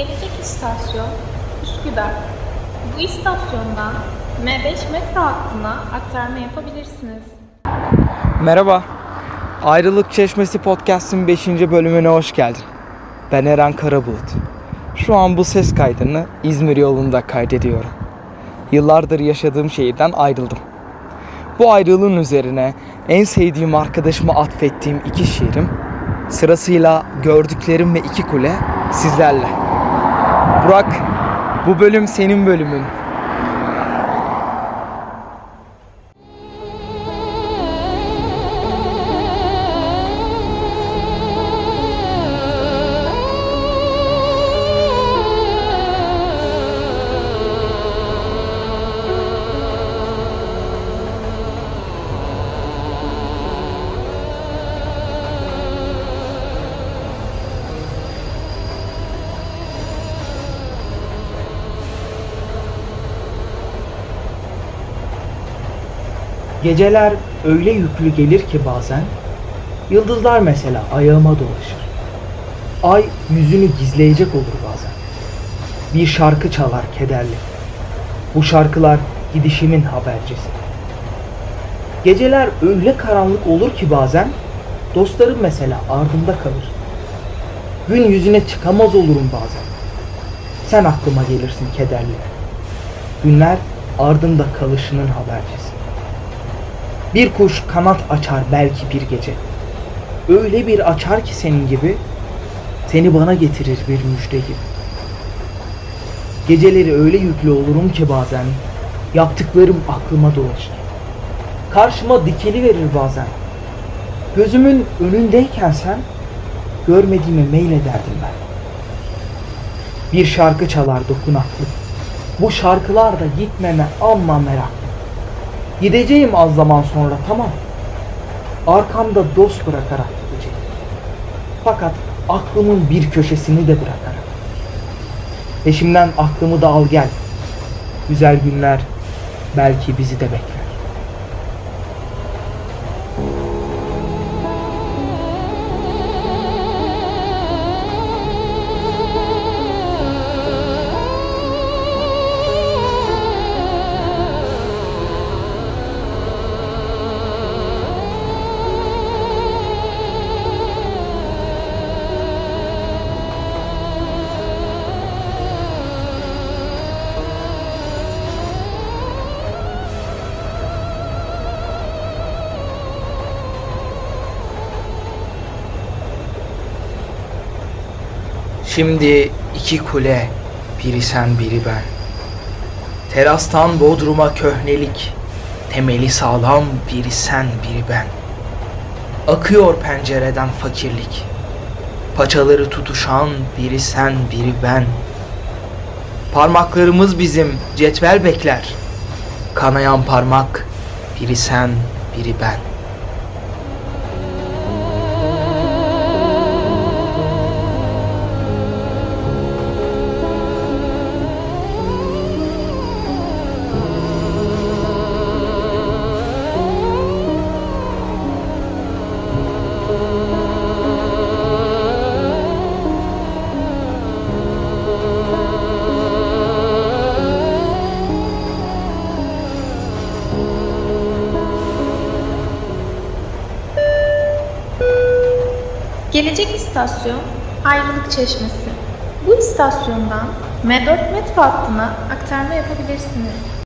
Gelecek istasyon Üsküdar. Bu istasyondan M5 metro hattına aktarma yapabilirsiniz. Merhaba, Ayrılık Çeşmesi Podcast'ın 5. bölümüne hoş geldin. Ben Eren Karabulut. Şu an bu ses kaydını İzmir yolunda kaydediyorum. Yıllardır yaşadığım şehirden ayrıldım. Bu ayrılığın üzerine en sevdiğim arkadaşıma atfettiğim 2 şiirim, sırasıyla Gördüklerim ve 2 Kule sizlerle. Burak, bu bölüm senin bölümün. Geceler öyle yüklü gelir ki bazen, yıldızlar mesela ayağıma dolaşır. Ay yüzünü gizleyecek olur bazen. Bir şarkı çalar kederli. Bu şarkılar gidişimin habercisi. Geceler öyle karanlık olur ki bazen, dostlarım mesela ardımda kalır. Gün yüzüne çıkamaz olurum bazen. Sen aklıma gelirsin kederli. Günler ardında kalışının habercisi. Bir kuş kanat açar belki bir gece. Öyle bir açar ki senin gibi, seni bana getirir bir müjde gibi. Geceleri öyle yüklü olurum ki bazen, yaptıklarım aklıma dolaşır. Karşıma dikeli verir bazen. Gözümün önündeyken sen, görmediğime meylederdim ben. Bir şarkı çalar dokunaklı. Bu şarkılar da gitmeme amma meraklı. Gideceğim az zaman sonra, tamam. Arkamda dost bırakarak gideceğim. Fakat aklımın bir köşesini de bırakarak. Peşimden aklımı da al gel. Güzel günler belki bizi de bekler. Şimdi 2 kule, biri sen biri ben. Terastan bodruma köhnelik, temeli sağlam, biri sen biri ben. Akıyor pencereden fakirlik, paçaları tutuşan, biri sen biri ben. Parmaklarımız bizim cetvel bekler, kanayan parmak, biri sen biri ben. Gelecek istasyon Ayrılık Çeşmesi. Bu istasyondan M4 metro hattına aktarma yapabilirsiniz.